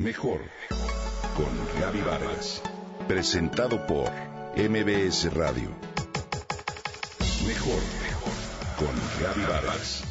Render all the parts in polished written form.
Mejor con Gaby Vargas. Presentado por MBS Radio. Mejor con Gaby Vargas.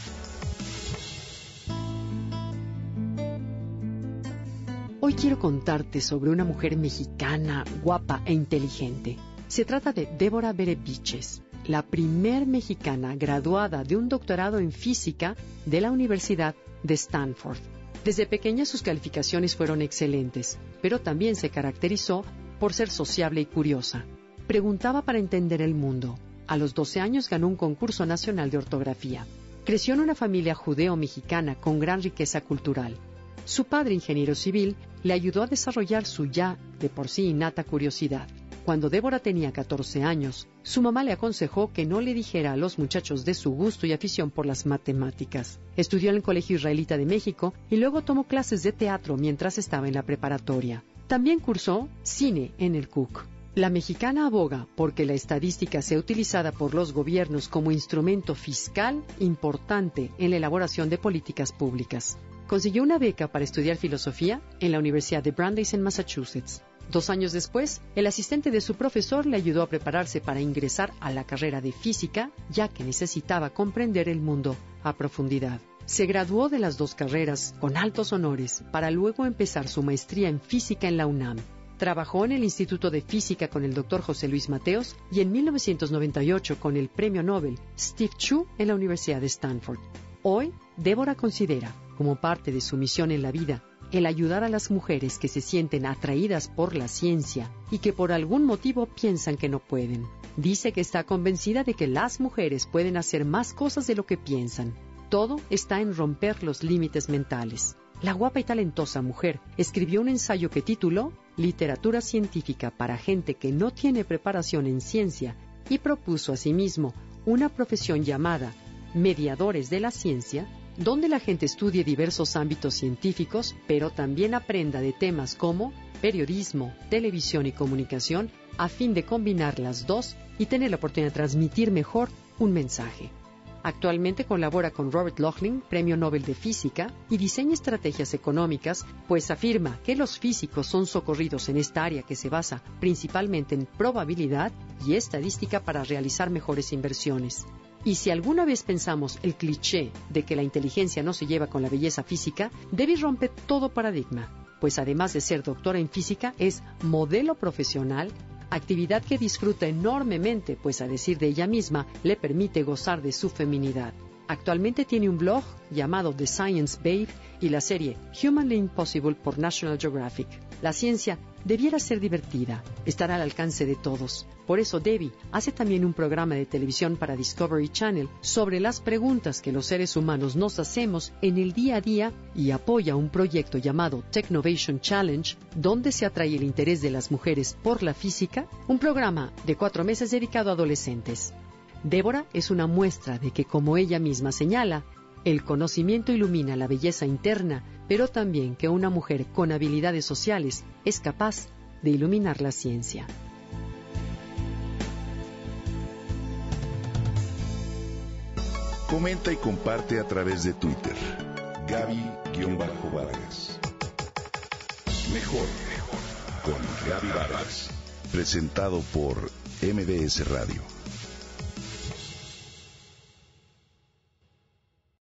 Hoy quiero contarte sobre una mujer mexicana, guapa e inteligente. Se trata de Débora Berebiches, la primer mexicana graduada de un doctorado en física de la Universidad de Stanford. Desde pequeña sus calificaciones fueron excelentes, pero también se caracterizó por ser sociable y curiosa. Preguntaba para entender el mundo. A los 12 años ganó un concurso nacional de ortografía. Creció en una familia judeo-mexicana con gran riqueza cultural. Su padre, ingeniero civil, le ayudó a desarrollar su ya de por sí innata curiosidad. Cuando Débora tenía 14 años, su mamá le aconsejó que no le dijera a los muchachos de su gusto y afición por las matemáticas. Estudió en el Colegio Israelita de México y luego tomó clases de teatro mientras estaba en la preparatoria. También cursó cine en el Cook. La mexicana aboga porque la estadística sea utilizada por los gobiernos como instrumento fiscal importante en la elaboración de políticas públicas. Consiguió una beca para estudiar filosofía en la Universidad de Brandeis en Massachusetts. 2 años después, el asistente de su profesor le ayudó a prepararse para ingresar a la carrera de física, ya que necesitaba comprender el mundo a profundidad. Se graduó de las 2 carreras con altos honores para luego empezar su maestría en física en la UNAM. Trabajó en el Instituto de Física con el Dr. José Luis Mateos y en 1998 con el Premio Nobel Steve Chu en la Universidad de Stanford. Hoy, Débora considera, como parte de su misión en la vida, el ayudar a las mujeres que se sienten atraídas por la ciencia y que por algún motivo piensan que no pueden. Dice que está convencida de que las mujeres pueden hacer más cosas de lo que piensan. Todo está en romper los límites mentales. La guapa y talentosa mujer escribió un ensayo que tituló Literatura científica para gente que no tiene preparación en ciencia y propuso asimismo una profesión llamada Mediadores de la Ciencia, donde la gente estudie diversos ámbitos científicos, pero también aprenda de temas como periodismo, televisión y comunicación, a fin de combinar las dos y tener la oportunidad de transmitir mejor un mensaje. Actualmente colabora con Robert Laughlin, Premio Nobel de Física, y diseña estrategias económicas, pues afirma que los físicos son socorridos en esta área que se basa principalmente en probabilidad y estadística para realizar mejores inversiones. Y si alguna vez pensamos el cliché de que la inteligencia no se lleva con la belleza física, Debbie rompe todo paradigma, pues además de ser doctora en física, es modelo profesional, actividad que disfruta enormemente, pues a decir de ella misma, le permite gozar de su feminidad. Actualmente tiene un blog llamado The Science Babe y la serie Humanly Impossible por National Geographic. La ciencia debiera ser divertida, estar al alcance de todos. Por eso Debbie hace también un programa de televisión para Discovery Channel sobre las preguntas que los seres humanos nos hacemos en el día a día y apoya un proyecto llamado Technovation Challenge, donde se atrae el interés de las mujeres por la física, un programa de 4 meses dedicado a adolescentes. Débora es una muestra de que, como ella misma señala, el conocimiento ilumina la belleza interna, pero también que una mujer con habilidades sociales es capaz de iluminar la ciencia. Comenta y comparte a través de Twitter. Gaby-Vargas. Mejor con Gaby Vargas. Presentado por MBS Radio.